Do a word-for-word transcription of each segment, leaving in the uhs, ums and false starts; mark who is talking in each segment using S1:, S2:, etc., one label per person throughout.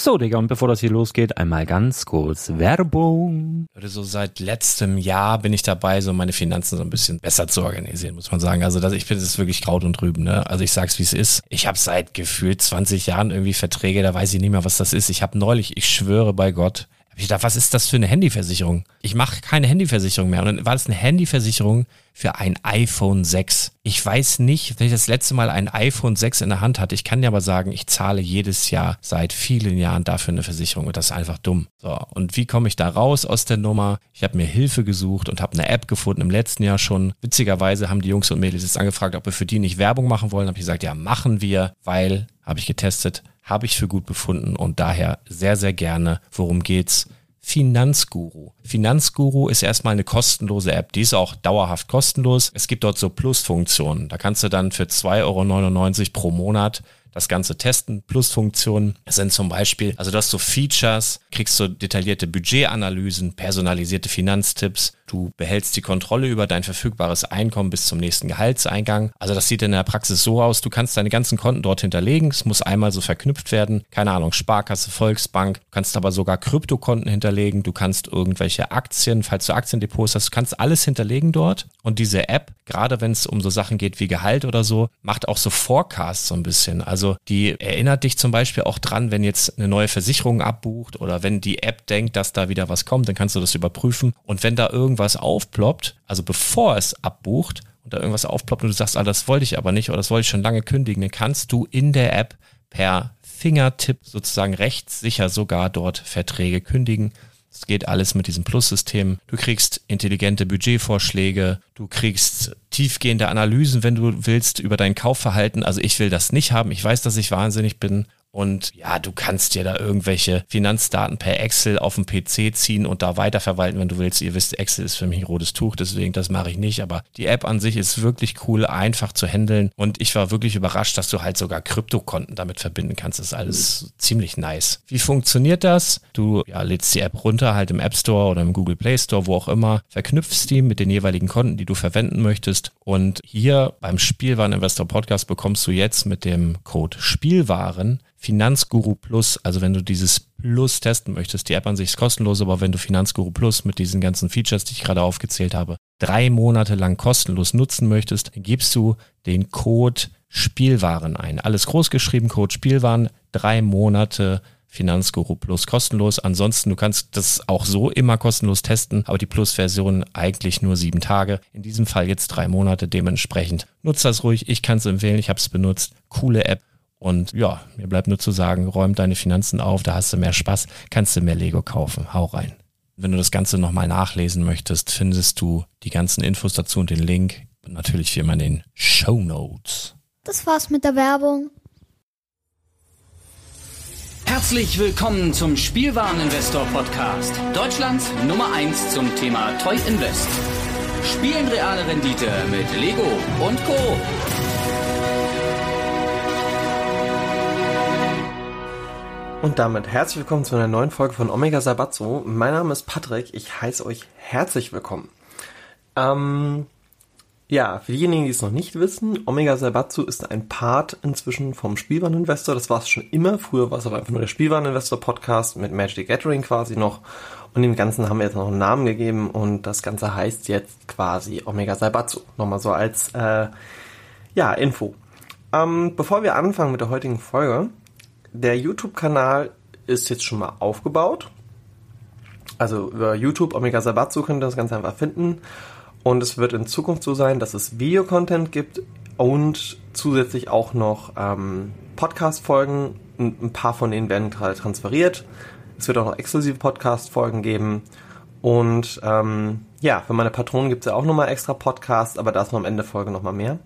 S1: So, Digga, und bevor das hier losgeht, einmal ganz kurz Werbung.
S2: So seit letztem Jahr bin ich dabei, so meine Finanzen so ein bisschen besser zu organisieren, muss man sagen. Also das, ich finde, das ist wirklich Kraut und Rüben, ne? Also ich sag's, wie es ist. Ich habe seit gefühlt zwanzig Jahren irgendwie Verträge, da weiß ich nicht mehr, was das ist. Ich habe neulich, ich schwöre bei Gott, hab ich gedacht, was ist das für eine Handyversicherung? Ich mache keine Handyversicherung mehr. Und dann war das eine Handyversicherung für ein iPhone sechs. Ich weiß nicht, wenn ich das letzte Mal ein iPhone sechs in der Hand hatte. Ich kann dir aber sagen, ich zahle jedes Jahr seit vielen Jahren dafür eine Versicherung und das ist einfach dumm. So, und wie komme ich da raus aus der Nummer? Ich habe mir Hilfe gesucht und habe eine App gefunden im letzten Jahr schon. Witzigerweise haben die Jungs und Mädels jetzt angefragt, ob wir für die nicht Werbung machen wollen. Habe ich gesagt, ja, machen wir, weil, habe ich getestet, habe ich für gut befunden und daher sehr, sehr gerne. Worum geht's? Finanzguru. Finanzguru ist erstmal eine kostenlose App, die ist auch dauerhaft kostenlos. Es gibt dort so Plusfunktionen. Da kannst du dann für zwei Euro neunundneunzig pro Monat das Ganze testen. Plusfunktionen sind zum Beispiel, also du hast so Features, kriegst so detaillierte Budgetanalysen, personalisierte Finanztipps, du behältst die Kontrolle über dein verfügbares Einkommen bis zum nächsten Gehaltseingang. Also das sieht in der Praxis so aus, du kannst deine ganzen Konten dort hinterlegen, es muss einmal so verknüpft werden, keine Ahnung, Sparkasse, Volksbank, du kannst aber sogar Kryptokonten hinterlegen, du kannst irgendwelche Aktien, falls du Aktiendepots hast, du kannst alles hinterlegen dort und diese App, gerade wenn es um so Sachen geht wie Gehalt oder so, macht auch so Forecasts so ein bisschen, also die erinnert dich zum Beispiel auch dran, wenn jetzt eine neue Versicherung abbucht oder wenn die App denkt, dass da wieder was kommt, dann kannst du das überprüfen und wenn da irgendwas was aufploppt, also bevor es abbucht und da irgendwas aufploppt und du sagst, ah, das wollte ich aber nicht oder das wollte ich schon lange kündigen, dann kannst du in der App per Fingertipp sozusagen rechtssicher sogar dort Verträge kündigen. Das geht alles mit diesem Plus-System. Du kriegst intelligente Budgetvorschläge, du kriegst tiefgehende Analysen, wenn du willst, über dein Kaufverhalten. Also ich will das nicht haben. Ich weiß, dass ich wahnsinnig bin. Und ja, du kannst dir da irgendwelche Finanzdaten per Excel auf dem P C ziehen und da weiterverwalten, wenn du willst. Ihr wisst, Excel ist für mich ein rotes Tuch, deswegen das mache ich nicht. Aber die App an sich ist wirklich cool, einfach zu handeln. Und ich war wirklich überrascht, dass du halt sogar Kryptokonten damit verbinden kannst. Das ist alles mhm. ziemlich nice. Wie funktioniert das? Du ja, lädst die App runter, halt im App Store oder im Google Play Store, wo auch immer, verknüpfst die mit den jeweiligen Konten, die du verwenden möchtest. Und hier beim Spielwareninvestor Podcast bekommst du jetzt mit dem Code Spielwaren Finanzguru Plus, also wenn du dieses Plus testen möchtest, die App an sich ist kostenlos, aber wenn du Finanzguru Plus mit diesen ganzen Features, die ich gerade aufgezählt habe, drei Monate lang kostenlos nutzen möchtest, dann gibst du den Code Spielwaren ein. Alles groß geschrieben, Code Spielwaren, drei Monate Finanzguru Plus kostenlos. Ansonsten, du kannst das auch so immer kostenlos testen, aber die Plus-Version eigentlich nur sieben Tage. In diesem Fall jetzt drei Monate, dementsprechend nutzt das ruhig. Ich kann es empfehlen, ich habe es benutzt. Coole App. Und ja, mir bleibt nur zu sagen, räum deine Finanzen auf, da hast du mehr Spaß, kannst du mehr Lego kaufen. Hau rein. Wenn du das Ganze nochmal nachlesen möchtest, findest du die ganzen Infos dazu und den Link. Und natürlich wie immer in den Shownotes.
S3: Das war's mit der Werbung.
S4: Herzlich willkommen zum Spielwareninvestor Podcast. Deutschlands Nummer eins zum Thema Toy Invest. Spielen reale Rendite mit Lego und Co.
S5: Und damit herzlich willkommen zu einer neuen Folge von Omega Sabatzo. Mein Name ist Patrick, ich heiße euch herzlich willkommen. Ähm, ja, für diejenigen, die es noch nicht wissen, Omega Sabatzo ist ein Part inzwischen vom Spielwareninvestor. Das war es schon immer. Früher war es aber einfach nur der Spielwareninvestor Podcast mit Magic the Gathering quasi noch. Und dem Ganzen haben wir jetzt noch einen Namen gegeben und das Ganze heißt jetzt quasi Omega Sabatzo. Nochmal so als äh, ja, Info. Ähm, bevor wir anfangen mit der heutigen Folge, der YouTube-Kanal ist jetzt schon mal aufgebaut. Also über YouTube, Omega Sabatzo, könnt ihr das Ganze einfach finden. Und es wird in Zukunft so sein, dass es Videocontent gibt und zusätzlich auch noch ähm, Podcast-Folgen. Ein paar von denen werden gerade transferiert. Es wird auch noch exklusive Podcast-Folgen geben. Und ähm, ja, für meine Patronen gibt es ja auch nochmal extra Podcasts, aber da ist noch am Ende der Folge nochmal mehr.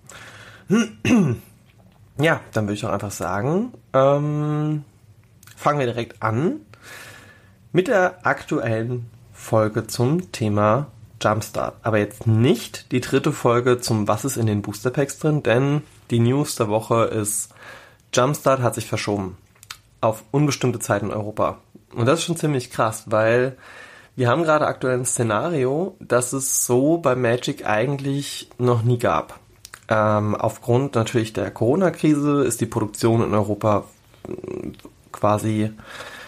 S5: Ja, dann würde ich auch einfach sagen, ähm, fangen wir direkt an mit der aktuellen Folge zum Thema Jumpstart. Aber jetzt nicht die dritte Folge zum Was ist in den Booster Packs drin, denn die News der Woche ist, Jumpstart hat sich verschoben auf unbestimmte Zeit in Europa. Und das ist schon ziemlich krass, weil wir haben gerade aktuell ein Szenario, das es so bei Magic eigentlich noch nie gab. Ähm, aufgrund natürlich der Corona-Krise ist die Produktion in Europa quasi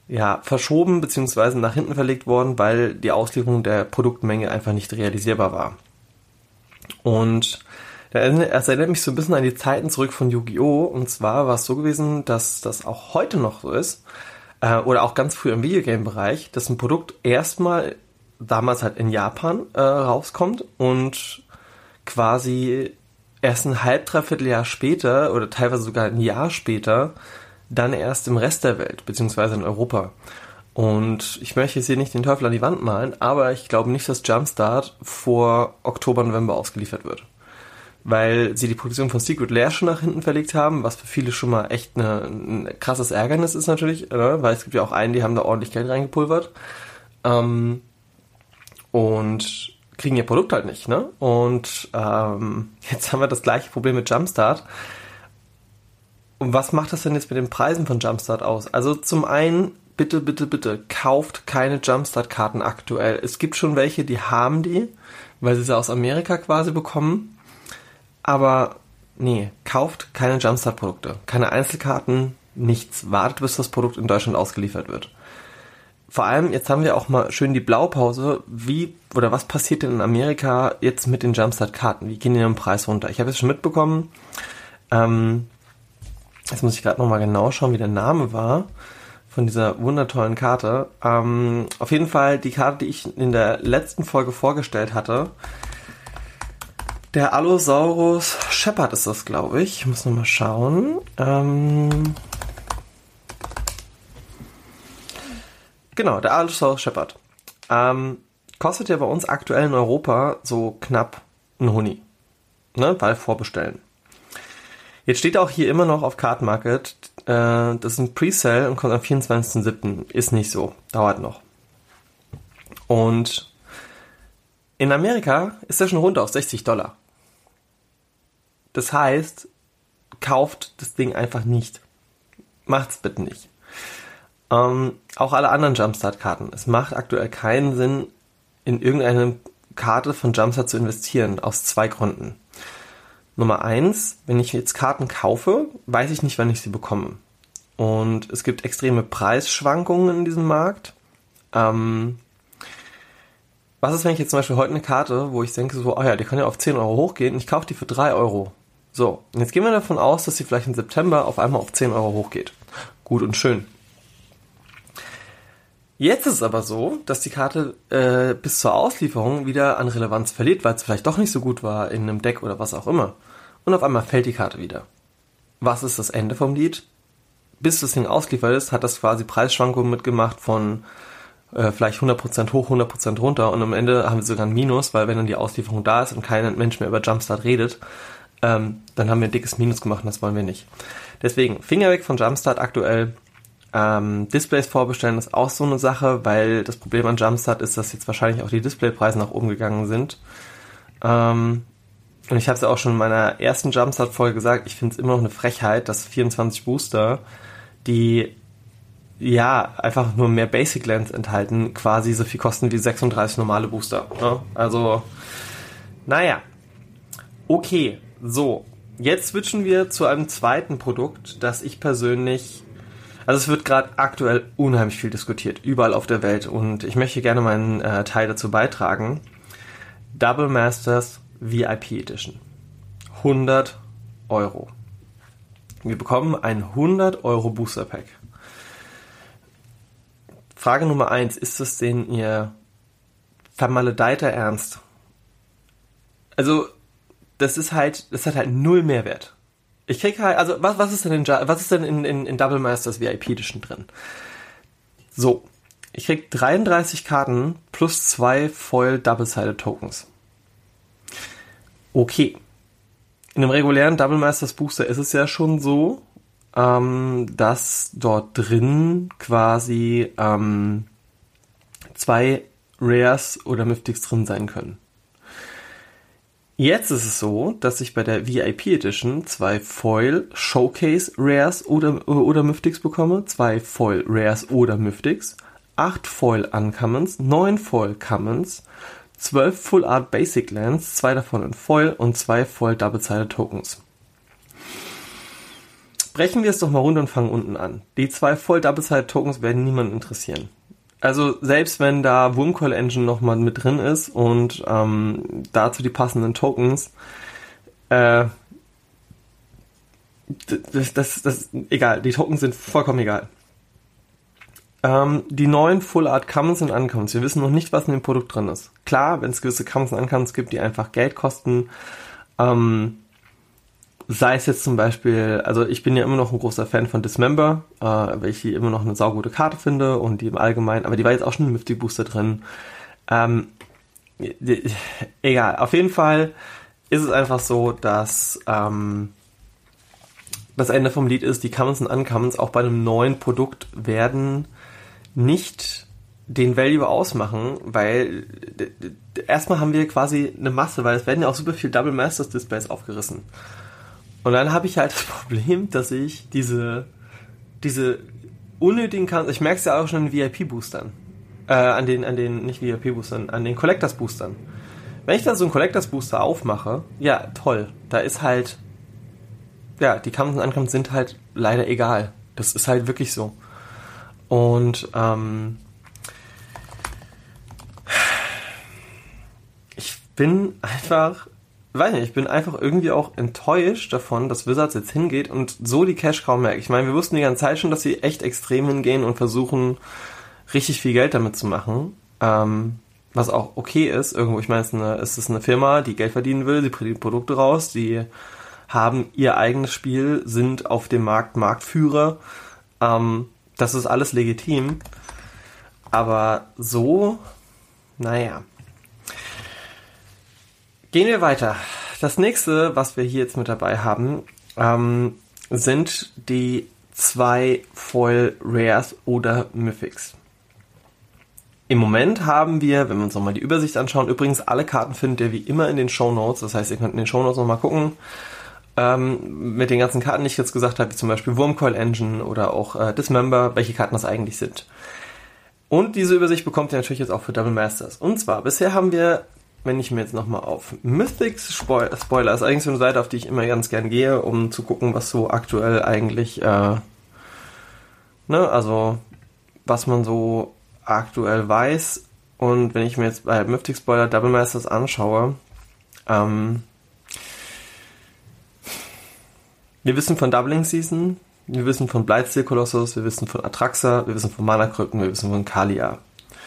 S5: ja, verschoben bzw. nach hinten verlegt worden, weil die Auslieferung der Produktmenge einfach nicht realisierbar war. Und das erinnert mich so ein bisschen an die Zeiten zurück von Yu-Gi-Oh! Und zwar war es so gewesen, dass das auch heute noch so ist, äh, oder auch ganz früh im Videogame-Bereich, dass ein Produkt erstmal damals halt in Japan äh, rauskommt und quasi erst ein halb, dreiviertel Jahr später oder teilweise sogar ein Jahr später dann erst im Rest der Welt, beziehungsweise in Europa. Und ich möchte jetzt hier nicht den Teufel an die Wand malen, aber ich glaube nicht, dass Jumpstart vor Oktober, November ausgeliefert wird. Weil sie die Produktion von Secret Lair schon nach hinten verlegt haben, was für viele schon mal echt eine, ein krasses Ärgernis ist natürlich, ne? Weil es gibt ja auch einen, die haben da ordentlich Geld reingepulvert ähm, und kriegen ihr Produkt halt nicht. Ne? Und ähm, jetzt haben wir das gleiche Problem mit Jumpstart. Und was macht das denn jetzt mit den Preisen von Jumpstart aus? Also zum einen, bitte, bitte, bitte, kauft keine Jumpstart-Karten aktuell. Es gibt schon welche, die haben die, weil sie sie aus Amerika quasi bekommen. Aber nee, kauft keine Jumpstart-Produkte. Keine Einzelkarten, nichts. Wartet, bis das Produkt in Deutschland ausgeliefert wird. Vor allem, jetzt haben wir auch mal schön die Blaupause. Wie oder was passiert denn in Amerika jetzt mit den Jumpstart-Karten? Wie gehen die im Preis runter? Ich habe jetzt schon mitbekommen, ähm, jetzt muss ich gerade nochmal genau schauen, wie der Name war von dieser wundertollen Karte. Ähm, auf jeden Fall die Karte, die ich in der letzten Folge vorgestellt hatte. Der Allosaurus Shepard ist das, glaube ich. Ich muss nochmal schauen. Ähm genau, der Allosaurus Shepard. Ähm, kostet ja bei uns aktuell in Europa so knapp ein Huni. Ne, weil vorbestellen. Jetzt steht auch hier immer noch auf Card Market, äh, das ist ein Presale und kommt am vierundzwanzigsten siebten Ist nicht so, dauert noch. Und in Amerika ist der schon runter auf sechzig Dollar. Das heißt, kauft das Ding einfach nicht. Macht's bitte nicht. Ähm, auch alle anderen Jumpstart-Karten. Es macht aktuell keinen Sinn, in irgendeine Karte von Jumpstart zu investieren, aus zwei Gründen. Nummer eins, wenn ich jetzt Karten kaufe, weiß ich nicht, wann ich sie bekomme. Und es gibt extreme Preisschwankungen in diesem Markt. Ähm, was ist, wenn ich jetzt zum Beispiel heute eine Karte, wo ich denke so, oh ja, die kann ja auf zehn Euro hochgehen und ich kaufe die für drei Euro. So, und jetzt gehen wir davon aus, dass sie vielleicht im September auf einmal auf zehn Euro hochgeht. Gut und schön. Jetzt ist es aber so, dass die Karte äh, bis zur Auslieferung wieder an Relevanz verliert, weil es vielleicht doch nicht so gut war in einem Deck oder was auch immer. Und auf einmal fällt die Karte wieder. Was ist das Ende vom Lied? Bis das Ding ausgeliefert ist, hat das quasi Preisschwankungen mitgemacht von äh, vielleicht hundert Prozent hoch, hundert Prozent runter. Und am Ende haben wir sogar ein Minus, weil wenn dann die Auslieferung da ist und kein Mensch mehr über Jumpstart redet, ähm, dann haben wir ein dickes Minus gemacht und das wollen wir nicht. Deswegen, Finger weg von Jumpstart aktuell. Ähm, Displays vorbestellen ist auch so eine Sache, weil das Problem an Jumpstart ist, dass jetzt wahrscheinlich auch die Displaypreise nach oben gegangen sind. Ähm, und ich habe es ja auch schon in meiner ersten Jumpstart-Folge gesagt, ich finde es immer noch eine Frechheit, dass vierundzwanzig Booster, die ja einfach nur mehr Basic Lands enthalten, quasi so viel kosten wie sechsunddreißig normale Booster. Ne? Also, naja. Okay, so. Jetzt switchen wir zu einem zweiten Produkt, das ich persönlich... Also es wird gerade aktuell unheimlich viel diskutiert, überall auf der Welt. Und ich möchte gerne meinen äh, Teil dazu beitragen. Double Masters V I P Edition. hundert Euro. Wir bekommen ein hundert Euro Booster Pack. Frage Nummer eins. Ist das denn Ihr vermaledeiter Ernst? Also, das ist halt, das hat halt null Mehrwert. Ich krieg halt, also was, was ist denn in, was ist denn in, in, in Double Masters V I P Edition drin? So, ich krieg dreiunddreißig Karten plus zwei Foil Double-Sided Tokens. Okay. In einem regulären Double Masters Booster ist es ja schon so, ähm, dass dort drin quasi ähm, zwei Rares oder Mythics drin sein können. Jetzt ist es so, dass ich bei der V I P Edition zwei Foil Showcase Rares oder, oder Mythics bekomme, zwei Foil Rares oder Mythics, acht Foil Uncommons, neun Foil Commons, zwölf Full Art Basic Lands, zwei davon in Foil und zwei Foil Double-Sided Tokens. brechen wir es doch mal runter und fangen unten an. Die zwei Voll-Double-Side-Tokens werden niemanden interessieren. Also selbst wenn da Wurmcoil Engine nochmal mit drin ist und ähm, dazu die passenden Tokens, äh, das, das, das, egal, die Tokens sind vollkommen egal. Ähm, die neuen Full Art Commons und Uncommons, wir wissen noch nicht, was in dem Produkt drin ist. Klar, wenn es gewisse Commons und Uncommons gibt, die einfach Geld kosten, ähm, sei es jetzt zum Beispiel, also ich bin ja immer noch ein großer Fan von Dismember, äh, weil ich die immer noch eine saugute Karte finde und die im Allgemeinen, aber die war jetzt auch schon im Mythic Booster drin. Ähm, die, egal, auf jeden Fall ist es einfach so, dass ähm, das Ende vom Lied ist, die Commons und Uncommons auch bei einem neuen Produkt werden nicht den Value ausmachen, weil d- d- erstmal haben wir quasi eine Masse, weil es werden ja auch super viel Double Masters Displays aufgerissen. Und dann habe ich halt das Problem, dass ich diese diese unnötigen Counts, ich merke es ja auch schon an den V I P-Boostern, äh, an den, an den, nicht V I P-Boostern, an den Collectors-Boostern. Wenn ich da so einen Collectors-Booster aufmache, ja, toll, da ist halt, ja, die Counts und Uncommons sind halt leider egal. Das ist halt wirklich so. Und, ähm, ich bin einfach, weiß nicht, ich bin einfach irgendwie auch enttäuscht davon, dass Wizards jetzt hingeht und so die Cash-Cow merkt. Ich meine, wir wussten die ganze Zeit schon, dass sie echt extrem hingehen und versuchen, richtig viel Geld damit zu machen. Ähm, was auch okay ist. Irgendwo, ich meine, es ist eine, es ist eine Firma, die Geld verdienen will, sie bringen Produkte raus, die haben ihr eigenes Spiel, sind auf dem Markt Marktführer. Ähm, das ist alles legitim. Aber so, naja. Gehen wir weiter. Das nächste, was wir hier jetzt mit dabei haben, ähm, sind die zwei Foil Rares oder Mythics. Im Moment haben wir, wenn wir uns nochmal die Übersicht anschauen, übrigens alle Karten findet ihr wie immer in den Shownotes. Das heißt, ihr könnt in den Shownotes nochmal gucken, ähm, mit den ganzen Karten, die ich jetzt gesagt habe, wie zum Beispiel Wurmcoil Engine oder auch äh, Dismember, welche Karten das eigentlich sind. Und diese Übersicht bekommt ihr natürlich jetzt auch für Double Masters. Und zwar, bisher haben wir, wenn ich mir jetzt nochmal auf Mythics Spoiler, Spoiler ist eigentlich so eine Seite, auf die ich immer ganz gern gehe, um zu gucken, was so aktuell eigentlich, äh, ne, also was man so aktuell weiß. Und wenn ich mir jetzt bei Mythic Spoiler Double Masters anschaue, ähm, wir wissen von Doubling Season, wir wissen von Blightsteel Colossus, wir wissen von Atraxa, wir wissen von Mana Crypten, wir wissen von Kaalia.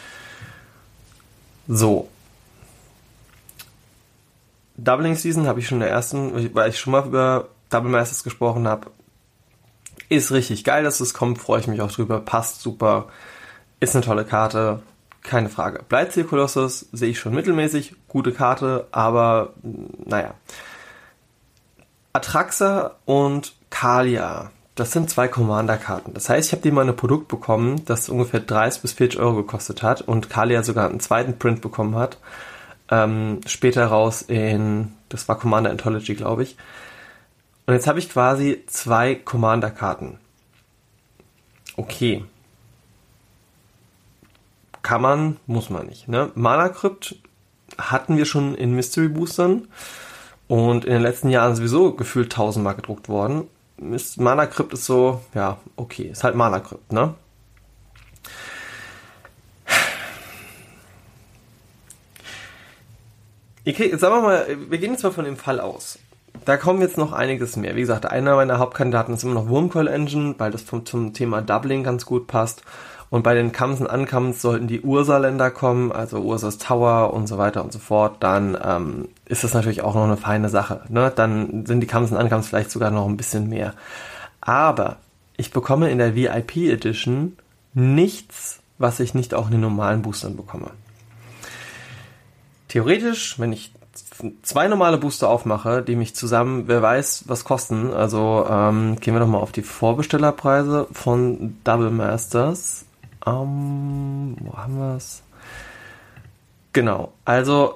S5: So. Doubling Season habe ich schon in der ersten, weil ich schon mal über Double Masters gesprochen habe. Ist richtig geil, dass es kommt, freue ich mich auch drüber, passt super, ist eine tolle Karte, keine Frage. Blightsteel Colossus sehe ich schon mittelmäßig, gute Karte, aber naja. Atraxa und Kaalia, das sind zwei Commander-Karten. Das heißt, ich habe die mal ein Produkt bekommen, das ungefähr dreißig bis vierzig Euro gekostet hat und Kaalia sogar einen zweiten Print bekommen hat. Ähm, später raus in, das war Commander Anthology, glaube ich. Und jetzt habe ich quasi zwei Commander-Karten. Okay. Kann man, muss man nicht. Ne? Mana Crypt hatten wir schon in Mystery Boostern und in den letzten Jahren sowieso gefühlt tausendmal gedruckt worden. Mana Crypt ist so, ja, okay, ist halt Mana Crypt, ne? Okay, jetzt sagen wir mal, wir gehen jetzt mal von dem Fall aus. Da kommen jetzt noch einiges mehr. Wie gesagt, einer meiner Hauptkandidaten ist immer noch Wurmcoil Engine, weil das vom, zum Thema Doubling ganz gut passt. Und bei den Commons und Uncommons sollten die Ursa-Länder kommen, also Ursas Tower und so weiter und so fort. Dann ähm, ist das natürlich auch noch eine feine Sache. Ne? Dann sind die Commons und Uncommons vielleicht sogar noch ein bisschen mehr. Aber ich bekomme in der V I P Edition nichts, was ich nicht auch in den normalen Boostern bekomme. Theoretisch, wenn ich zwei normale Booster aufmache, die mich zusammen, wer weiß, was kosten. Also ähm, gehen wir doch mal auf die Vorbestellerpreise von Double Masters. Ähm, wo haben wir es? Genau, also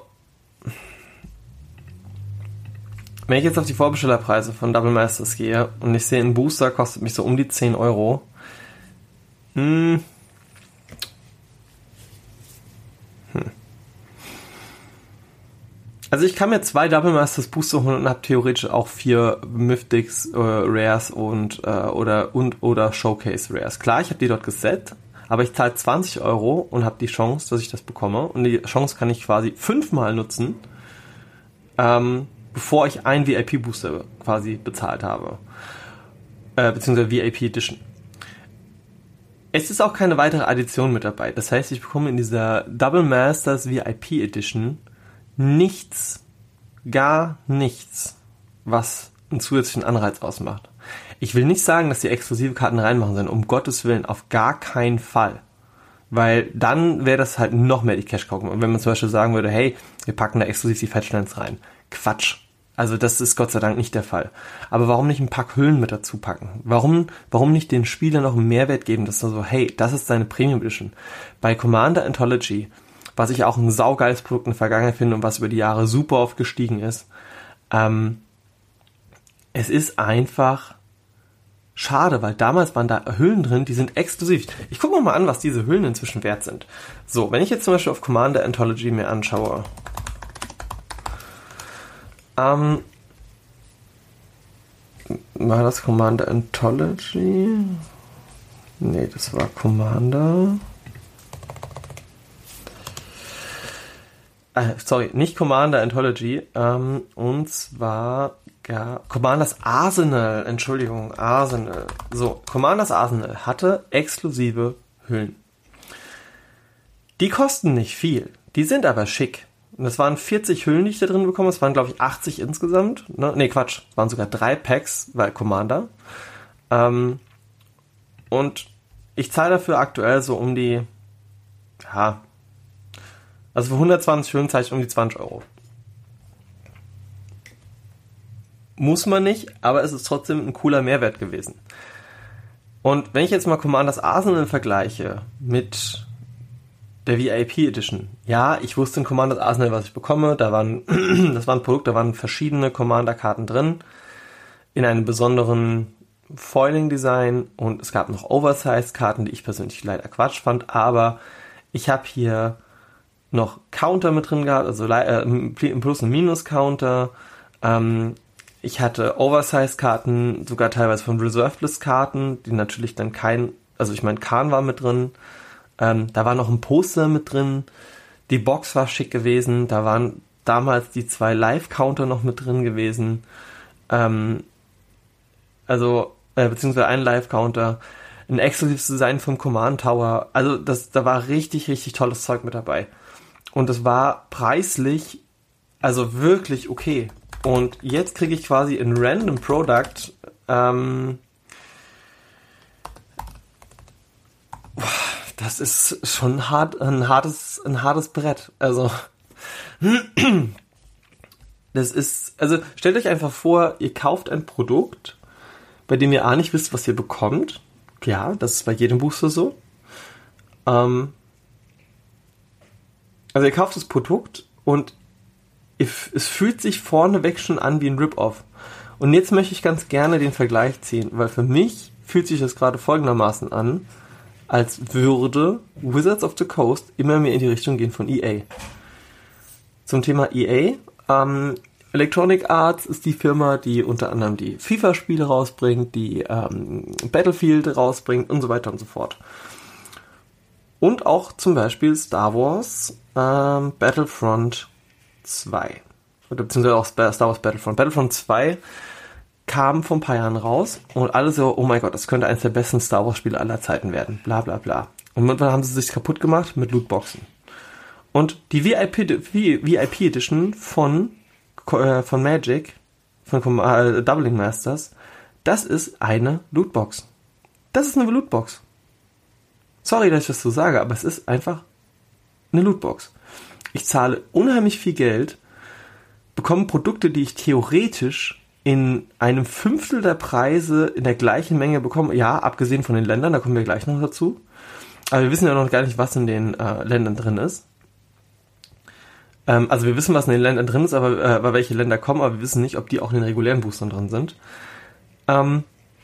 S5: wenn ich jetzt auf die Vorbestellerpreise von Double Masters gehe und ich sehe, ein Booster kostet mich so um die zehn Euro. Hm. Hm. Also ich kann mir zwei Double Masters Booster holen und habe theoretisch auch vier Mythics, äh, Rares und äh, oder und oder Showcase Rares. Klar, ich habe die dort gesetzt, aber ich zahle zwanzig Euro und habe die Chance, dass ich das bekomme. Und die Chance kann ich quasi fünfmal nutzen, ähm, bevor ich einen V I P Booster quasi bezahlt habe. Äh, beziehungsweise V I P Edition. Es ist auch keine weitere Addition mit dabei. Das heißt, ich bekomme in dieser Double Masters V I P Edition nichts, gar nichts, was einen zusätzlichen Anreiz ausmacht. Ich will nicht sagen, dass die exklusive Karten reinmachen sollen, um Gottes Willen, auf gar keinen Fall. Weil dann wäre das halt noch mehr die Cash-Cow. Und wenn man zum Beispiel sagen würde, hey, wir packen da exklusiv die Fetchlands rein. Quatsch. Also das ist Gott sei Dank nicht der Fall. Aber warum nicht ein Pack Hüllen mit dazu packen? Warum, warum nicht den Spielern noch einen Mehrwert geben, dass du so, hey, das ist deine Premium Edition. Bei Commander Anthology, was ich auch ein saugeiles Produkt in der Vergangenheit finde und was über die Jahre super oft gestiegen ist, ähm, es ist einfach schade, weil damals waren da Hüllen drin, die sind exklusiv. Ich gucke mal an, was diese Hüllen inzwischen wert sind. So, wenn ich jetzt zum Beispiel auf Commander Anthology mir anschaue, ähm, war das Commander Anthology? Nee, das war Commander... Sorry, nicht Commander Anthology, ähm, und zwar ja, Commanders Arsenal, Entschuldigung, Arsenal. So, Commanders Arsenal hatte exklusive Hüllen. Die kosten nicht viel, die sind aber schick. Und das waren vierzig Hüllen, die ich da drin bekomme, es waren glaube ich achtzig insgesamt. Ne, nee, Quatsch, es waren sogar drei Packs bei Commander. Ähm, und ich zahle dafür aktuell so um die, ja, also für hundertzwanzig Hüllen zahle ich um die zwanzig Euro. Muss man nicht, aber es ist trotzdem ein cooler Mehrwert gewesen. Und wenn ich jetzt mal Commanders Arsenal vergleiche mit der V I P Edition, ja, ich wusste in Commanders Arsenal, was ich bekomme. Da waren, das war ein Produkt, da waren verschiedene Commander-Karten drin, in einem besonderen Foiling-Design und es gab noch Oversized-Karten, die ich persönlich leider Quatsch fand, aber ich habe hier noch Counter mit drin gehabt, also äh, Plus- und Minus-Counter. Ähm, ich hatte Oversize-Karten, sogar teilweise von Reserved-List-Karten, die natürlich dann kein, also ich meine, Khan war mit drin. Ähm, da war noch ein Poster mit drin. Die Box war schick gewesen. Da waren damals die zwei Live-Counter noch mit drin gewesen. Ähm, also, äh, beziehungsweise ein Live-Counter. Ein exklusives Design vom Command Tower. Also, das, da war richtig, richtig tolles Zeug mit dabei. Und es war preislich, also wirklich okay. Und jetzt kriege ich quasi ein Random Product, ähm, das ist schon hart, ein hartes, ein hartes Brett. Also, das ist, also stellt euch einfach vor, ihr kauft ein Produkt, bei dem ihr A nicht wisst, was ihr bekommt. Ja, das ist bei jedem Booster so. Ähm, Also ihr kauft das Produkt und es fühlt sich vorneweg schon an wie ein Rip-Off. Und jetzt möchte ich ganz gerne den Vergleich ziehen, weil für mich fühlt sich das gerade folgendermaßen an, als würde Wizards of the Coast immer mehr in die Richtung gehen von E A. Zum Thema E A, ähm, Electronic Arts ist die Firma, die unter anderem die FIFA-Spiele rausbringt, die ähm, Battlefield rausbringt und so weiter und so fort. Und auch zum Beispiel Star Wars ähm, Battlefront zwei. Oder beziehungsweise auch Star Wars Battlefront. Battlefront zwei kam vor ein paar Jahren raus und alle so, oh mein Gott, das könnte eines der besten Star Wars Spiele aller Zeiten werden. Bla bla bla. Und irgendwann haben sie sich kaputt gemacht mit Lootboxen. Und die V I P, V I P Edition von, äh, von Magic, von äh, Doubling Masters, das ist eine Lootbox. Das ist eine Lootbox. Sorry, dass ich das so sage, aber es ist einfach eine Lootbox. Ich zahle unheimlich viel Geld, bekomme Produkte, die ich theoretisch in einem Fünftel der Preise in der gleichen Menge bekomme. Ja, abgesehen von den Ländern, da kommen wir gleich noch dazu. Aber wir wissen ja noch gar nicht, was in den äh, Ländern drin ist. Ähm, also wir wissen, was in den Ländern drin ist, aber äh, welche Länder kommen, aber wir wissen nicht, ob die auch in den regulären Boostern drin sind. Ähm,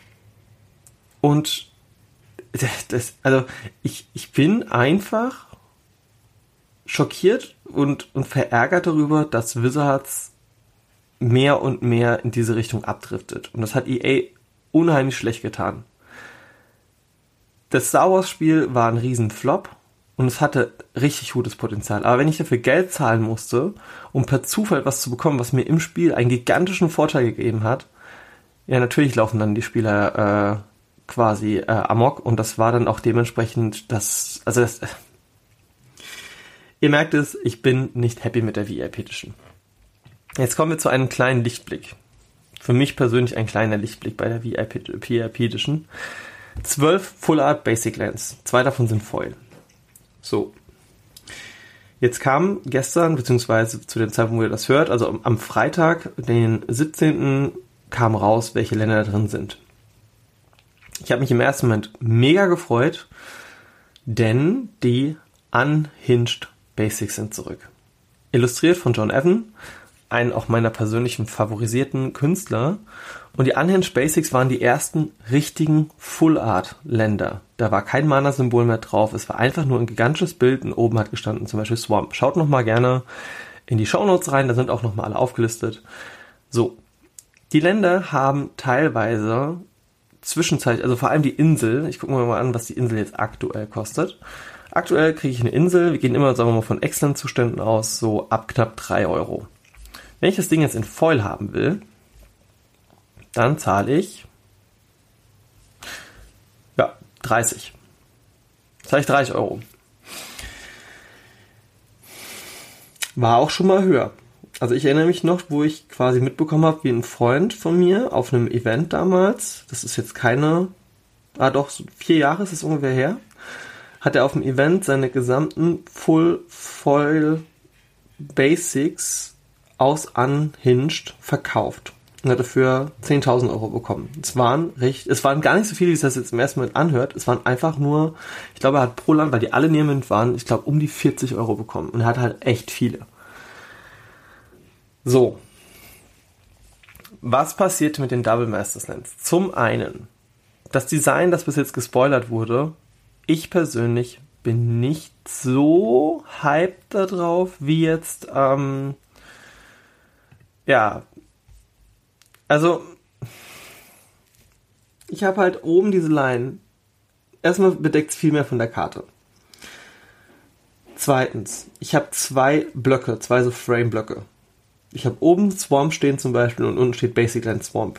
S5: und das, also ich, ich bin einfach schockiert und, und verärgert darüber, dass Wizards mehr und mehr in diese Richtung abdriftet. Und das hat E A unheimlich schlecht getan. Das Star Wars Spiel war ein riesen Flop und es hatte richtig gutes Potenzial. Aber wenn ich dafür Geld zahlen musste, um per Zufall was zu bekommen, was mir im Spiel einen gigantischen Vorteil gegeben hat, ja, natürlich laufen dann die Spieler äh, quasi äh, amok und das war dann auch dementsprechend das, also das, äh, ihr merkt es, ich bin nicht happy mit der V I P Edition. Jetzt kommen wir zu einem kleinen Lichtblick. Für mich persönlich ein kleiner Lichtblick bei der V I P Edition. Zwölf Full Art Basic Lands. Zwei davon sind Foil. So. Jetzt kam gestern, beziehungsweise zu dem Zeitpunkt, wo ihr das hört, also am Freitag, den siebzehnten kam raus, welche Länder da drin sind. Ich habe mich im ersten Moment mega gefreut, denn die Unhinged Basics sind zurück. Illustriert von John Evan, einen auch meiner persönlichen favorisierten Künstler. Und die Unhinged Basics waren die ersten richtigen Full-Art-Länder. Da war kein Mana-Symbol mehr drauf. Es war einfach nur ein gigantisches Bild und oben hat gestanden zum Beispiel Swamp. Schaut nochmal gerne in die Shownotes rein, da sind auch nochmal alle aufgelistet. So, die Länder haben teilweise zwischenzeitlich, also vor allem die Insel, ich gucke mir mal an, was die Insel jetzt aktuell kostet. Aktuell kriege ich eine Insel, wir gehen immer, sagen wir mal, von Excellent-Zuständen aus, so ab knapp drei Euro. Wenn ich das Ding jetzt in Foil haben will, dann zahle ich ja, dreißig. Zahle ich dreißig Euro. War auch schon mal höher. Also ich erinnere mich noch, wo ich quasi mitbekommen habe, wie ein Freund von mir auf einem Event damals, das ist jetzt keine, ah doch, so vier Jahre ist es ungefähr her, hat er auf dem Event seine gesamten Full Foil Basics aus Unhinged verkauft und hat dafür zehntausend Euro bekommen. Es waren recht, es waren gar nicht so viele, wie es das jetzt im ersten Moment anhört. Es waren einfach nur, ich glaube, er hat pro Land, weil die alle nehmend waren, ich glaube, um die vierzig Euro bekommen. Und er hat halt echt viele. So. Was passiert mit den Double Masters Lands? Zum einen, das Design, das bis jetzt gespoilert wurde, ich persönlich bin nicht so hyped da drauf, wie jetzt, ähm, ja, also ich habe halt oben diese Line. Erstmal bedeckt es viel mehr von der Karte. Zweitens, ich habe zwei Blöcke, zwei so Frame-Blöcke. Ich habe oben Swamp stehen zum Beispiel und unten steht Basic Land Swamp.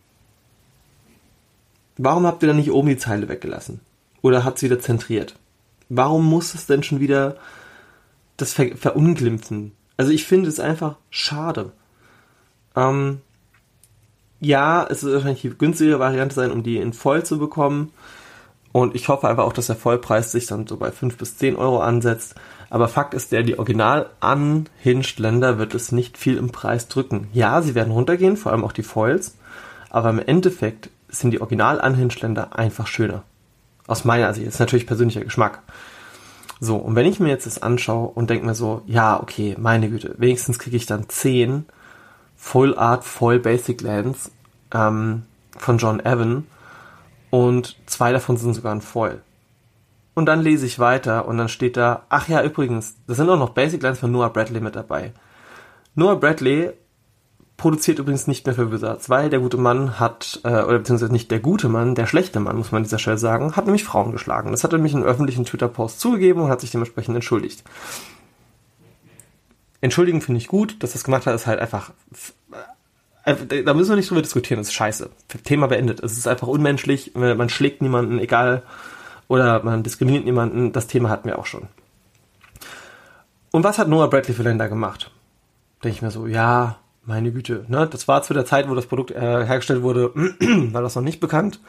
S5: Warum habt ihr dann nicht oben die Zeile weggelassen? Oder hat es wieder zentriert? Warum muss es denn schon wieder das ver- verunglimpfen? Also ich finde es einfach schade. Ähm, ja, es wird wahrscheinlich die günstigere Variante sein, um die in Voll zu bekommen. Und ich hoffe einfach auch, dass der Vollpreis sich dann so bei fünf bis zehn Euro ansetzt. Aber Fakt ist der, die original unhinged Länder wird es nicht viel im Preis drücken. Ja, sie werden runtergehen, vor allem auch die Foils. Aber im Endeffekt sind die original unhinged Länder einfach schöner. Aus meiner Sicht. Das ist natürlich persönlicher Geschmack. So, und wenn ich mir jetzt das anschaue und denke mir so, ja, okay, meine Güte, wenigstens kriege ich dann zehn Full Art, Foil Basic Lands ähm, von John Evan und zwei davon sind sogar ein Foil. Und dann lese ich weiter und dann steht da, ach ja, übrigens, das sind auch noch Basic Lands von Noah Bradley mit dabei. Noah Bradley produziert übrigens nicht mehr für Wizards, weil der gute Mann hat, äh, oder beziehungsweise nicht der gute Mann, der schlechte Mann, muss man an dieser Stelle sagen, hat nämlich Frauen geschlagen. Das hat er nämlich in einem öffentlichen Twitter-Post zugegeben und hat sich dementsprechend entschuldigt. Entschuldigen finde ich gut, dass das gemacht hat, ist halt einfach, äh, da müssen wir nicht drüber diskutieren, das ist scheiße. Thema beendet. Es ist einfach unmenschlich, man schlägt niemanden, egal, oder man diskriminiert niemanden, das Thema hatten wir auch schon. Und was hat Noah Bradley für Länder gemacht? Denke ich mir so, ja, meine Güte, ne? Das war zu der Zeit, wo das Produkt äh, hergestellt wurde, war das noch nicht bekannt.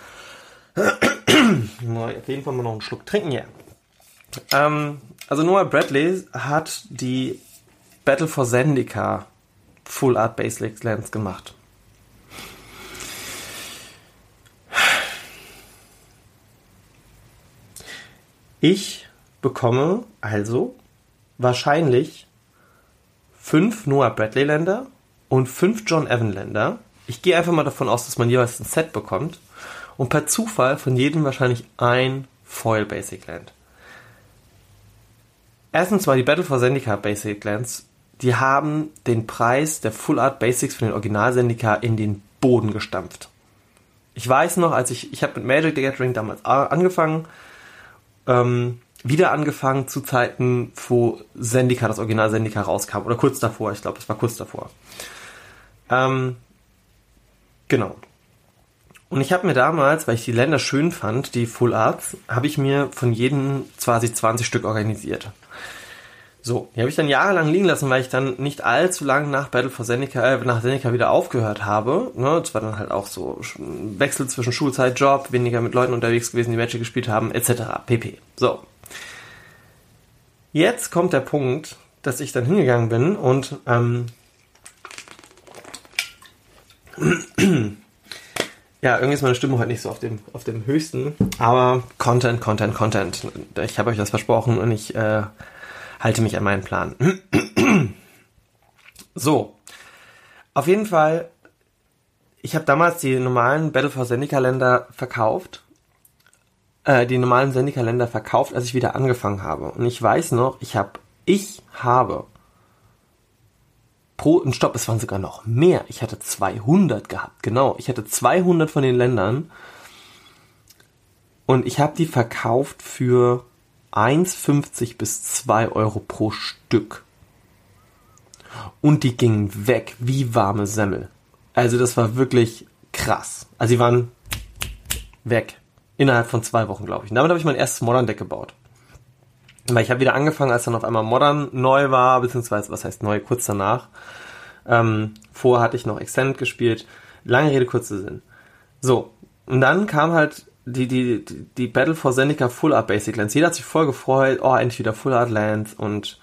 S5: Auf jeden Fall mal noch einen Schluck trinken, ja. Ähm, also Noah Bradley hat die Battle for Zendikar Full Art Basic Lands gemacht. Ich bekomme also wahrscheinlich fünf Noah Bradley Länder und fünf John Evan Länder. Ich gehe einfach mal davon aus, dass man jeweils ein Set bekommt und per Zufall von jedem wahrscheinlich ein Foil Basic Land. Erstens war die Battle for Zendikar Basic Lands, die haben den Preis der Full Art Basics für den Original Zendikar in den Boden gestampft. Ich weiß noch, als ich, ich habe mit Magic the Gathering damals angefangen, ähm, wieder angefangen zu Zeiten, wo Zendikar, das Original Zendikar rauskam, oder kurz davor, ich glaube, es war kurz davor. Ähm, genau. Und ich habe mir damals, weil ich die Länder schön fand, die Full Arts, habe ich mir von jedem quasi zwanzig Stück organisiert. So, die habe ich dann jahrelang liegen lassen, weil ich dann nicht allzu lang nach Battle for Zendikar, äh, nach Zendikar wieder aufgehört habe. Ne, das war dann halt auch so ein Wechsel zwischen Schulzeit, Job, weniger mit Leuten unterwegs gewesen, die Magic gespielt haben, et cetera pp. So. Jetzt kommt der Punkt, dass ich dann hingegangen bin und ähm, ja, irgendwie ist meine Stimme heute nicht so auf dem, auf dem höchsten, aber Content, Content, Content. Ich habe euch das versprochen und ich äh, halte mich an meinen Plan. So, auf jeden Fall, ich habe damals die normalen Battle for Zendikar Länder verkauft, äh, die normalen Zendikar Länder verkauft, als ich wieder angefangen habe. Und ich weiß noch, ich habe, ich habe pro, und stopp, es waren sogar noch mehr. Ich hatte zweihundert gehabt, genau. Ich hatte zweihundert von den Ländern und ich habe die verkauft für eins fünfzig bis zwei Euro pro Stück. Und die gingen weg wie warme Semmel. Also das war wirklich krass. Also die waren weg. Innerhalb von zwei Wochen, glaube ich. Und damit habe ich mein erstes Modern-Deck gebaut. Weil ich habe wieder angefangen, als dann auf einmal Modern neu war, beziehungsweise, was heißt neu, kurz danach. Ähm, vorher hatte ich noch Extended gespielt. Lange Rede, kurzer Sinn. So, und dann kam halt die, die, die Battle for Zendikar Full Art Basic Lands. Jeder hat sich voll gefreut, oh, endlich wieder Full Art Lands. Und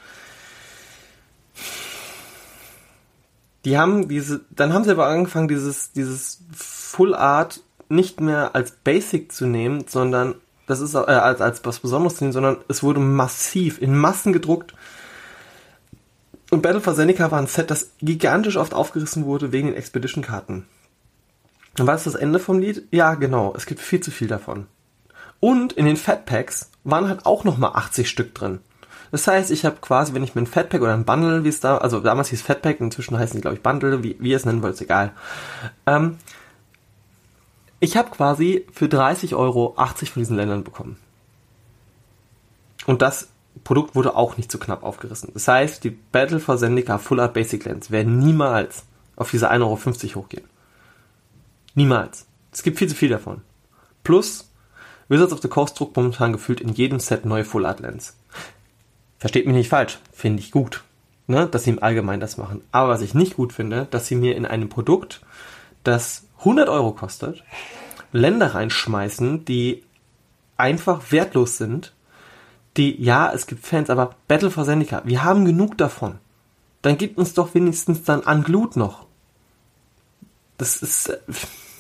S5: die haben diese, dann haben sie aber angefangen, dieses, dieses Full Art nicht mehr als Basic zu nehmen, sondern das ist äh, als, als was Besonderes zu nehmen, sondern es wurde massiv in Massen gedruckt. Und Battle for Zendikar war ein Set, das gigantisch oft aufgerissen wurde wegen den Expedition-Karten. Und was ist das Ende vom Lied? Ja, genau, es gibt viel zu viel davon. Und in den Fat Packs waren halt auch nochmal achtzig Stück drin. Das heißt, ich habe quasi, wenn ich mir ein Fat Pack oder ein Bundle, wie es da, also damals hieß Fat Pack, inzwischen heißen die, glaube ich, Bundle, wie, wie ihr es nennen wollt, ist egal. Ähm, ich habe quasi für dreißig Euro achtzig von diesen Ländern bekommen. Und das Produkt wurde auch nicht so knapp aufgerissen. Das heißt, die Battle for Zendikar Full Art Basic Lands werden niemals auf diese ein Euro fünfzig hochgehen. Niemals. Es gibt viel zu viel davon. Plus, Wizards of the Coast druckt momentan gefühlt in jedem Set neue Full Art Lands. Versteht mich nicht falsch. Finde ich gut, ne, dass sie im Allgemeinen das machen. Aber was ich nicht gut finde, dass sie mir in einem Produkt, das hundert Euro kostet, Länder reinschmeißen, die einfach wertlos sind, die, ja, es gibt Fans, aber Battle for Zendikar, wir haben genug davon. Dann gibt uns doch wenigstens dann Unglued noch. Das ist... Äh,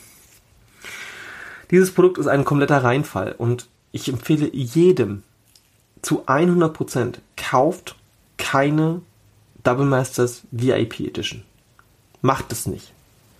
S5: dieses Produkt ist ein kompletter Reinfall und ich empfehle jedem zu hundert Prozent, kauft keine Double Masters V I P Edition. Macht es nicht.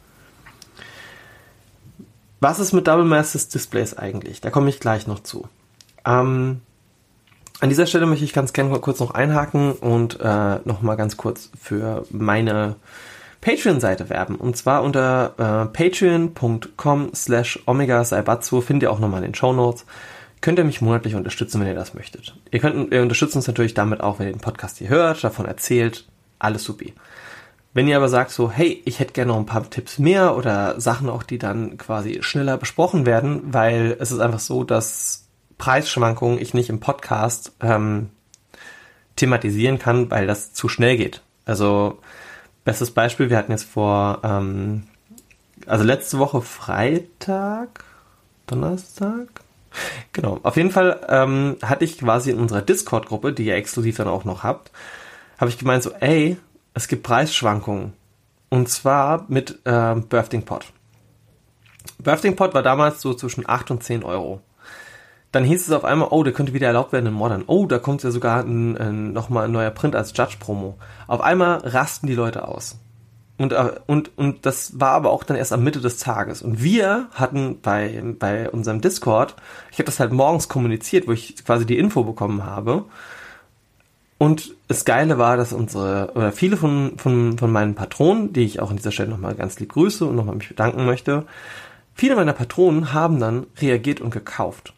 S5: Was ist mit Double Masters Displays eigentlich? Da komme ich gleich noch zu. Ähm, an dieser Stelle möchte ich ganz gerne mal kurz noch einhaken und äh, noch mal ganz kurz für meine Patreon-Seite werben. Und zwar unter äh, patreon.com slash omega saibatsu findet ihr auch nochmal in den Shownotes. Könnt ihr mich monatlich unterstützen, wenn ihr das möchtet. Ihr könnt, ihr unterstützt uns natürlich damit auch, wenn ihr den Podcast hier hört, davon erzählt, alles supi. Wenn ihr aber sagt so, hey, ich hätte gerne noch ein paar Tipps mehr oder Sachen auch, die dann quasi schneller besprochen werden, weil es ist einfach so, dass Preisschwankungen ich nicht im Podcast ähm, thematisieren kann, weil das zu schnell geht. Also bestes Beispiel, wir hatten jetzt vor, ähm, also letzte Woche Freitag, Donnerstag, genau, auf jeden Fall ähm, hatte ich quasi in unserer Discord-Gruppe, die ihr exklusiv dann auch noch habt, habe ich gemeint so, ey, es gibt Preisschwankungen. Und zwar mit äh, Birthing Pot. Birthing Pot war damals so zwischen acht und zehn Euro. Dann hieß es auf einmal, oh, der könnte wieder erlaubt werden in Modern. Oh, da kommt ja sogar ein, ein, nochmal ein neuer Print als Judge-Promo. Auf einmal rasten die Leute aus. Und, und, und das war aber auch dann erst am Mitte des Tages. Und wir hatten bei, bei unserem Discord, ich habe das halt morgens kommuniziert, wo ich quasi die Info bekommen habe. Und das Geile war, dass unsere, oder viele von, von, von meinen Patronen, die ich auch an dieser Stelle nochmal ganz lieb grüße und nochmal mich bedanken möchte, viele meiner Patronen haben dann reagiert und gekauft.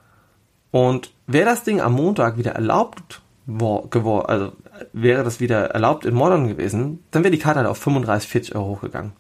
S5: Und wäre das Ding am Montag wieder erlaubt geworden, also wäre das wieder erlaubt in Modern gewesen, dann wäre die Karte halt auf fünfunddreißig, vierzig Euro hochgegangen.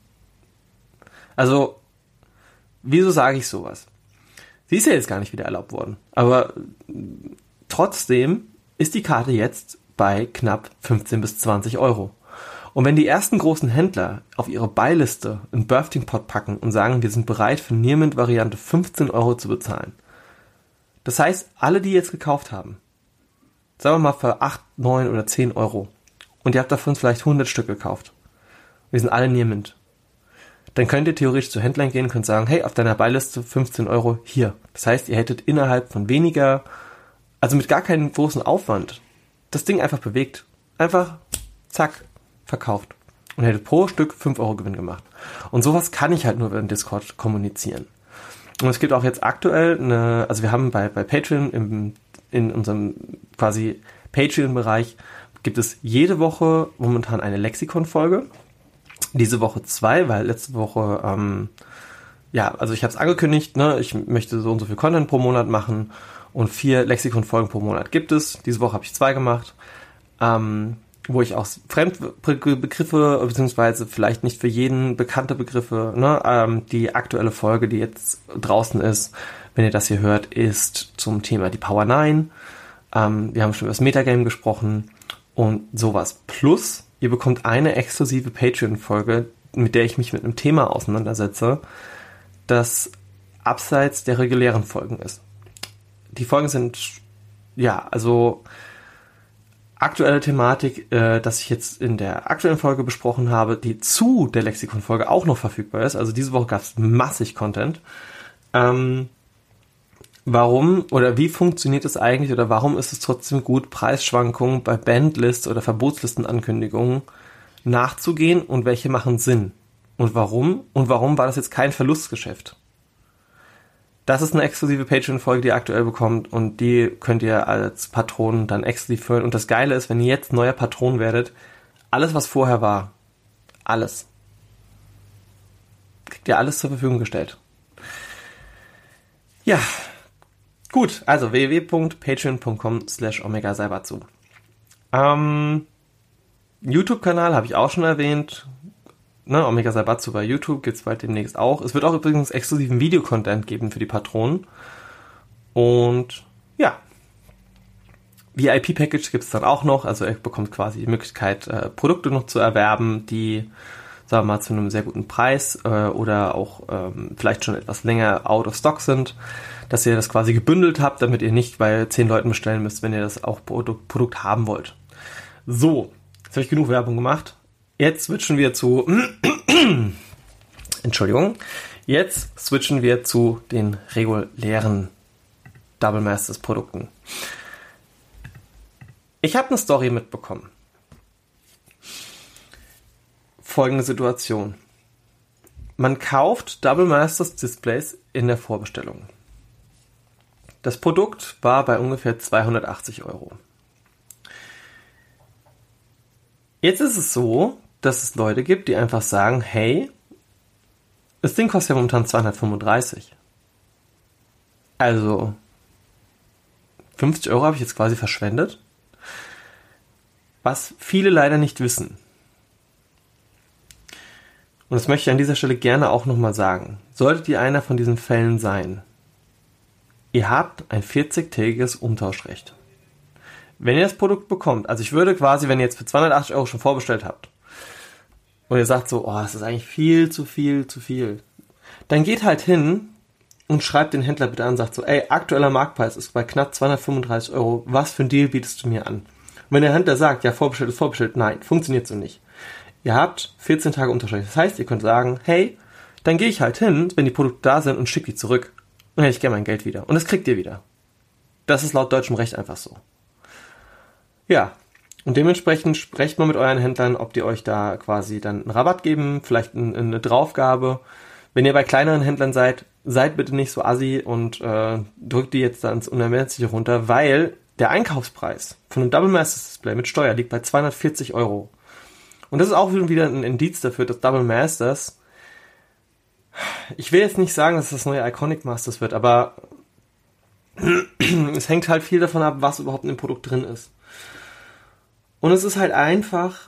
S5: Also, wieso sage ich sowas? Sie ist ja jetzt gar nicht wieder erlaubt worden, aber trotzdem ist die Karte jetzt bei knapp fünfzehn bis zwanzig Euro. Und wenn die ersten großen Händler auf ihre Beiliste einen Birthing Pot packen und sagen, wir sind bereit für Nearmint-Variante fünfzehn Euro zu bezahlen, das heißt, alle, die jetzt gekauft haben, sagen wir mal für acht, neun oder zehn Euro, und ihr habt davon vielleicht hundert Stück gekauft, wir sind alle Nearmint, dann könnt ihr theoretisch zu Händlern gehen und könnt sagen, hey, auf deiner Beiliste fünfzehn Euro hier. Das heißt, ihr hättet innerhalb von weniger, also mit gar keinem großen Aufwand, das Ding einfach bewegt. Einfach, zack, verkauft. Und hättet pro Stück fünf Euro Gewinn gemacht. Und sowas kann ich halt nur über den Discord kommunizieren. Und es gibt auch jetzt aktuell eine, also wir haben bei, bei Patreon, im, in unserem quasi Patreon-Bereich, gibt es jede Woche momentan eine Lexikon-Folge. Diese Woche zwei, weil letzte Woche, ähm, ja, also ich habe es angekündigt, ne, ich möchte so und so viel Content pro Monat machen. Und vier Lexikon-Folgen pro Monat gibt es. Diese Woche habe ich zwei gemacht, ähm, wo ich auch Fremdbegriffe, beziehungsweise vielleicht nicht für jeden bekannte Begriffe, ne, ähm, die aktuelle Folge, die jetzt draußen ist, wenn ihr das hier hört, ist zum Thema die Power neun. Ähm, wir haben schon über das Metagame gesprochen und sowas. Plus, ihr bekommt eine exklusive Patreon-Folge, mit der ich mich mit einem Thema auseinandersetze, das abseits der regulären Folgen ist. Die Folgen sind, ja, also aktuelle Thematik, äh, das ich jetzt in der aktuellen Folge besprochen habe, die zu der Lexikon-Folge auch noch verfügbar ist. Also diese Woche gab es massig Content. Ähm, warum oder wie funktioniert es eigentlich oder warum ist es trotzdem gut, Preisschwankungen bei Bandlists oder Verbotslistenankündigungen nachzugehen und welche machen Sinn? Und warum? Und warum war das jetzt kein Verlustgeschäft? Das ist eine exklusive Patreon-Folge, die ihr aktuell bekommt und die könnt ihr als Patron dann exklusiv hören. Und das Geile ist, wenn ihr jetzt neuer Patron werdet, alles, was vorher war, alles, kriegt ihr alles zur Verfügung gestellt. Ja, gut, also w w w punkt patreon punkt com slash omega saibatsu. Ähm, YouTube-Kanal habe ich auch schon erwähnt. Ne, Omega Saibatsu bei YouTube gibt es bald demnächst auch. Es wird auch übrigens exklusiven Videocontent geben für die Patronen. Und ja, V I P-Package gibt es dann auch noch. Also ihr bekommt quasi die Möglichkeit, äh, Produkte noch zu erwerben, die, sagen wir mal, zu einem sehr guten Preis äh, oder auch ähm, vielleicht schon etwas länger out of stock sind. Dass ihr das quasi gebündelt habt, damit ihr nicht bei zehn Leuten bestellen müsst, wenn ihr das auch Produkt, Produkt haben wollt. So, jetzt habe ich genug Werbung gemacht. Jetzt switchen wir zu, Entschuldigung, jetzt switchen wir zu den regulären Double Masters Produkten. Ich habe eine Story mitbekommen. Folgende Situation. Man kauft Double Masters Displays in der Vorbestellung. Das Produkt war bei ungefähr zweihundertachtzig Euro. Jetzt ist es so, dass es Leute gibt, die einfach sagen, hey, das Ding kostet ja momentan zweihundertfünfunddreißig. Also fünfzig Euro habe ich jetzt quasi verschwendet. Was viele leider nicht wissen. Und das möchte ich an dieser Stelle gerne auch nochmal sagen. Solltet ihr einer von diesen Fällen sein, ihr habt ein vierzig-tägiges Umtauschrecht. Wenn ihr das Produkt bekommt, also ich würde quasi, wenn ihr jetzt für zweihundertachtzig Euro schon vorbestellt habt, und ihr sagt so, oh, das ist eigentlich viel zu viel, zu viel, dann geht halt hin und schreibt den Händler bitte an und sagt so, ey, aktueller Marktpreis ist bei knapp zweihundertfünfunddreißig Euro, was für ein Deal bietest du mir an? Und wenn der Händler sagt, ja, vorbestellt ist vorbestellt, nein, funktioniert so nicht. Ihr habt vierzehn Tage Unterschied. Das heißt, ihr könnt sagen, hey, dann gehe ich halt hin, wenn die Produkte da sind und schicke die zurück. Und dann hätte ich gerne mein Geld wieder. Und das kriegt ihr wieder. Das ist laut deutschem Recht einfach so. Ja, und dementsprechend sprecht mal mit euren Händlern, ob die euch da quasi dann einen Rabatt geben, vielleicht eine Draufgabe. Wenn ihr bei kleineren Händlern seid, seid bitte nicht so assi und äh, drückt die jetzt dann ins Unermessliche runter, weil der Einkaufspreis von einem Double Masters Display mit Steuer liegt bei zweihundertvierzig Euro. Und das ist auch wieder ein Indiz dafür, dass Double Masters, ich will jetzt nicht sagen, dass das neue Iconic Masters wird, aber es hängt halt viel davon ab, was überhaupt in dem Produkt drin ist. Und es ist halt einfach,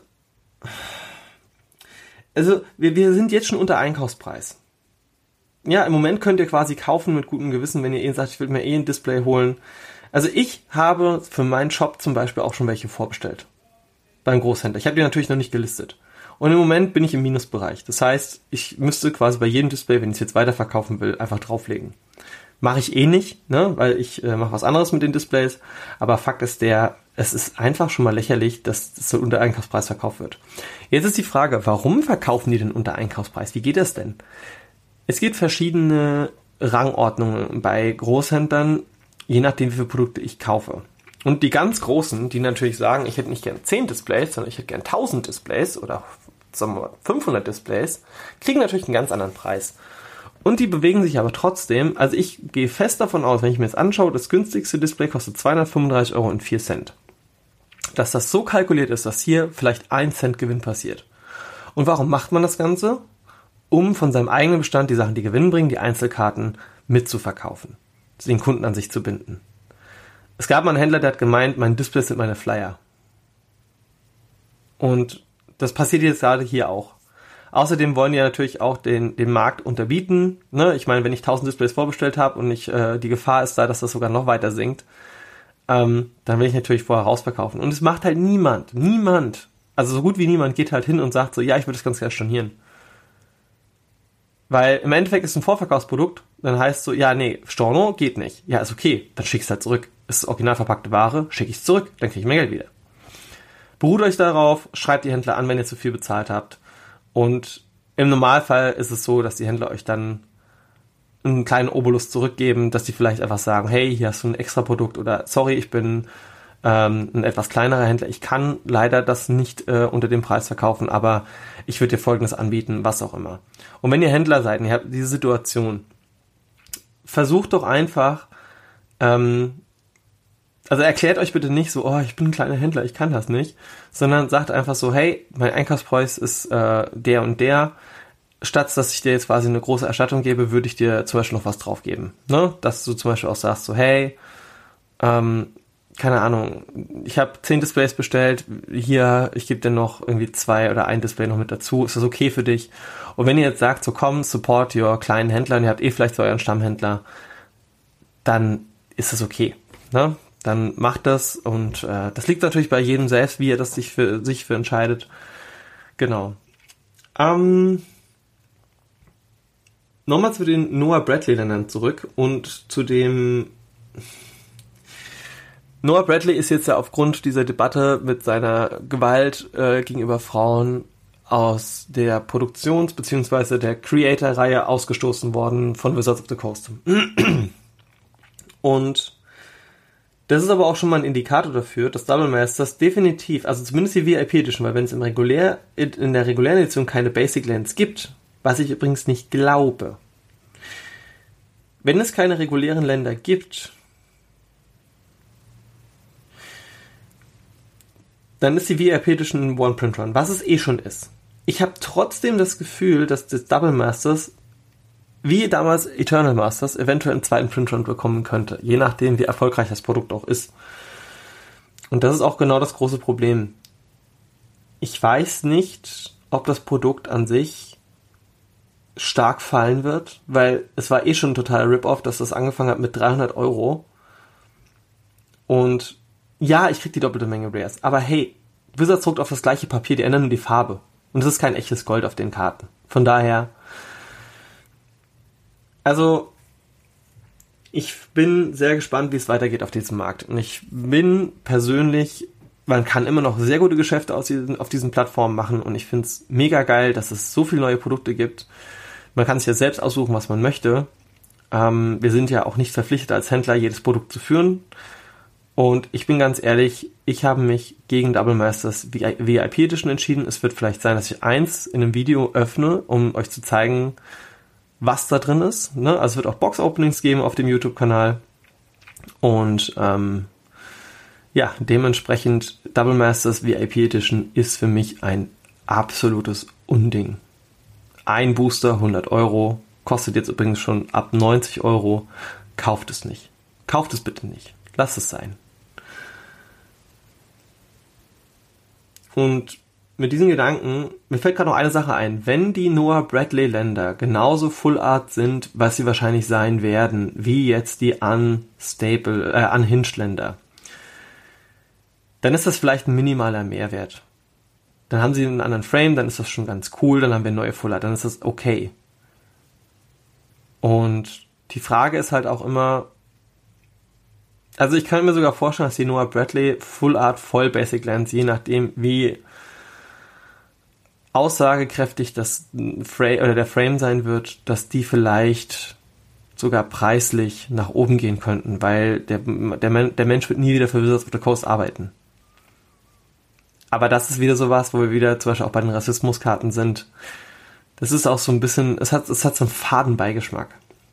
S5: also wir, wir sind jetzt schon unter Einkaufspreis. Ja, im Moment könnt ihr quasi kaufen mit gutem Gewissen, wenn ihr eh sagt, ich will mir eh ein Display holen. Also ich habe für meinen Shop zum Beispiel auch schon welche vorbestellt. Beim Großhändler. Ich habe die natürlich noch nicht gelistet. Und im Moment bin ich im Minusbereich. Das heißt, ich müsste quasi bei jedem Display, wenn ich es jetzt weiterverkaufen will, einfach drauflegen. Mache ich eh nicht, ne, weil ich äh, mache was anderes mit den Displays. Aber Fakt ist der, es ist einfach schon mal lächerlich, dass das so unter Einkaufspreis verkauft wird. Jetzt ist die Frage, warum verkaufen die denn unter Einkaufspreis? Wie geht das denn? Es gibt verschiedene Rangordnungen bei Großhändlern, je nachdem, wie viele Produkte ich kaufe. Und die ganz Großen, die natürlich sagen, ich hätte nicht gern zehn Displays, sondern ich hätte gern tausend Displays oder sagen wir mal fünfhundert Displays, kriegen natürlich einen ganz anderen Preis. Und die bewegen sich aber trotzdem, also ich gehe fest davon aus, wenn ich mir das anschaue, das günstigste Display kostet zweihundertfünfunddreißig Euro und vier Cent. Dass das so kalkuliert ist, dass hier vielleicht ein Cent Gewinn passiert. Und warum macht man das Ganze? Um von seinem eigenen Bestand die Sachen, die Gewinn bringen, die Einzelkarten mitzuverkaufen, den Kunden an sich zu binden. Es gab mal einen Händler, der hat gemeint, mein Displays sind meine Flyer. Und das passiert jetzt gerade hier auch. Außerdem wollen die natürlich auch den, den Markt unterbieten. Ne? Ich meine, wenn ich tausend Displays vorbestellt habe und ich, äh, die Gefahr ist da, dass das sogar noch weiter sinkt, ähm, dann will ich natürlich vorher rausverkaufen. Und es macht halt niemand, niemand, also so gut wie niemand geht halt hin und sagt so, ja, ich würde das ganz gerne stornieren. Weil im Endeffekt ist es ein Vorverkaufsprodukt, dann heißt es so, ja, nee, Storno geht nicht. Ja, ist okay, dann schick es halt zurück. Ist original verpackte Ware, schicke ich es zurück, dann kriege ich mein Geld wieder. Beruht euch darauf, schreibt die Händler an, wenn ihr zu viel bezahlt habt. Und im Normalfall ist es so, dass die Händler euch dann einen kleinen Obolus zurückgeben, dass die vielleicht einfach sagen, hey, hier hast du ein extra Produkt oder sorry, ich bin ähm, ein etwas kleinerer Händler, ich kann leider das nicht äh, unter dem Preis verkaufen, aber ich würde dir Folgendes anbieten, was auch immer. Und wenn ihr Händler seid und ihr habt diese Situation, versucht doch einfach, ähm, also erklärt euch bitte nicht so, oh, ich bin ein kleiner Händler, ich kann das nicht, sondern sagt einfach so, hey, mein Einkaufspreis ist äh, der und der. Statt dass ich dir jetzt quasi eine große Erstattung gebe, würde ich dir zum Beispiel noch was drauf geben. Ne? Dass du zum Beispiel auch sagst so, hey, ähm, keine Ahnung, ich habe zehn Displays bestellt, hier, ich gebe dir noch irgendwie zwei oder ein Display noch mit dazu, ist das okay für dich? Und wenn ihr jetzt sagt, so komm, support your kleinen Händler und ihr habt eh vielleicht so euren Stammhändler, dann ist das okay. Ne? Dann macht das und äh, das liegt natürlich bei jedem selbst, wie er das sich für sich für entscheidet. Genau. Ähm, Nochmal zu den Noah Bradley-Ländern zurück und zu dem Noah Bradley ist jetzt ja aufgrund dieser Debatte mit seiner Gewalt äh, gegenüber Frauen aus der Produktions- bzw. der Creator-Reihe ausgestoßen worden von Wizards of the Coast. Und das ist aber auch schon mal ein Indikator dafür, dass Double Masters definitiv, also zumindest die V I P Edition, weil wenn es im regulär, in der regulären Edition keine Basic Lands gibt, was ich übrigens nicht glaube, wenn es keine regulären Länder gibt, dann ist die V I P Edition ein One-Print-Run, was es eh schon ist. Ich habe trotzdem das Gefühl, dass das Double Masters wie damals Eternal Masters eventuell einen zweiten Print-Run bekommen könnte, je nachdem, wie erfolgreich das Produkt auch ist. Und das ist auch genau das große Problem. Ich weiß nicht, ob das Produkt an sich stark fallen wird, weil es war eh schon ein totaler Rip-Off, dass das angefangen hat mit dreihundert Euro. Und ja, ich krieg die doppelte Menge Rares, aber hey, Wizards druckt auf das gleiche Papier, die ändern nur die Farbe. Und es ist kein echtes Gold auf den Karten. Von daher, also, ich bin sehr gespannt, wie es weitergeht auf diesem Markt. Und ich bin persönlich, man kann immer noch sehr gute Geschäfte aus diesen, auf diesen Plattformen machen. Und ich finde es mega geil, dass es so viele neue Produkte gibt. Man kann sich ja selbst aussuchen, was man möchte. Ähm, wir sind ja auch nicht verpflichtet, als Händler jedes Produkt zu führen. Und ich bin ganz ehrlich, ich habe mich gegen Double Masters V I P Edition entschieden. Es wird vielleicht sein, dass ich eins in einem Video öffne, um euch zu zeigen, was da drin ist. Ne? Also es wird auch Box-Openings geben auf dem YouTube-Kanal. Und ähm, ja, dementsprechend Double Masters V I P Edition ist für mich ein absolutes Unding. Ein Booster, hundert Euro, kostet jetzt übrigens schon ab neunzig Euro. Kauft es nicht. Kauft es bitte nicht. Lasst es sein. Und mit diesen Gedanken, mir fällt gerade noch eine Sache ein. Wenn die Noah Bradley Länder genauso Full Art sind, was sie wahrscheinlich sein werden, wie jetzt die Unstable, äh, Unhinged Länder, dann ist das vielleicht ein minimaler Mehrwert. Dann haben sie einen anderen Frame, dann ist das schon ganz cool, dann haben wir neue Full Art, dann ist das okay. Und die Frage ist halt auch immer, also ich kann mir sogar vorstellen, dass die Noah Bradley Full Art voll Basic Lands, je nachdem wie aussagekräftig das Frame oder der Frame sein wird, dass die vielleicht sogar preislich nach oben gehen könnten, weil der, der, der Mensch wird nie wieder für Wizards of the Coast arbeiten. Aber das ist wieder sowas, wo wir wieder zum Beispiel auch bei den Rassismuskarten sind. Das ist auch so ein bisschen, es hat, es hat so einen faden Beigeschmack.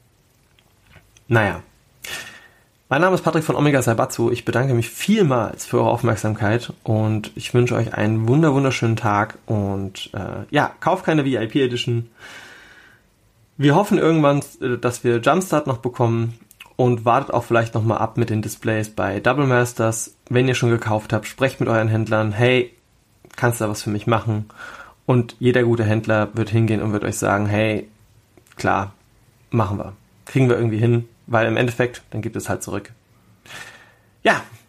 S5: Naja. Mein Name ist Patrick von Omega Saibatsu. Ich bedanke mich vielmals für eure Aufmerksamkeit und ich wünsche euch einen wunder wunderschönen Tag und äh, ja, kauft keine V I P Edition. Wir hoffen irgendwann, dass wir Jumpstart noch bekommen und wartet auch vielleicht nochmal ab mit den Displays bei Double Masters. Wenn ihr schon gekauft habt, sprecht mit euren Händlern. Hey, kannst du da was für mich machen? Und jeder gute Händler wird hingehen und wird euch sagen, hey, klar, machen wir. Kriegen wir irgendwie hin, weil im Endeffekt, dann gibt es halt zurück. Ja,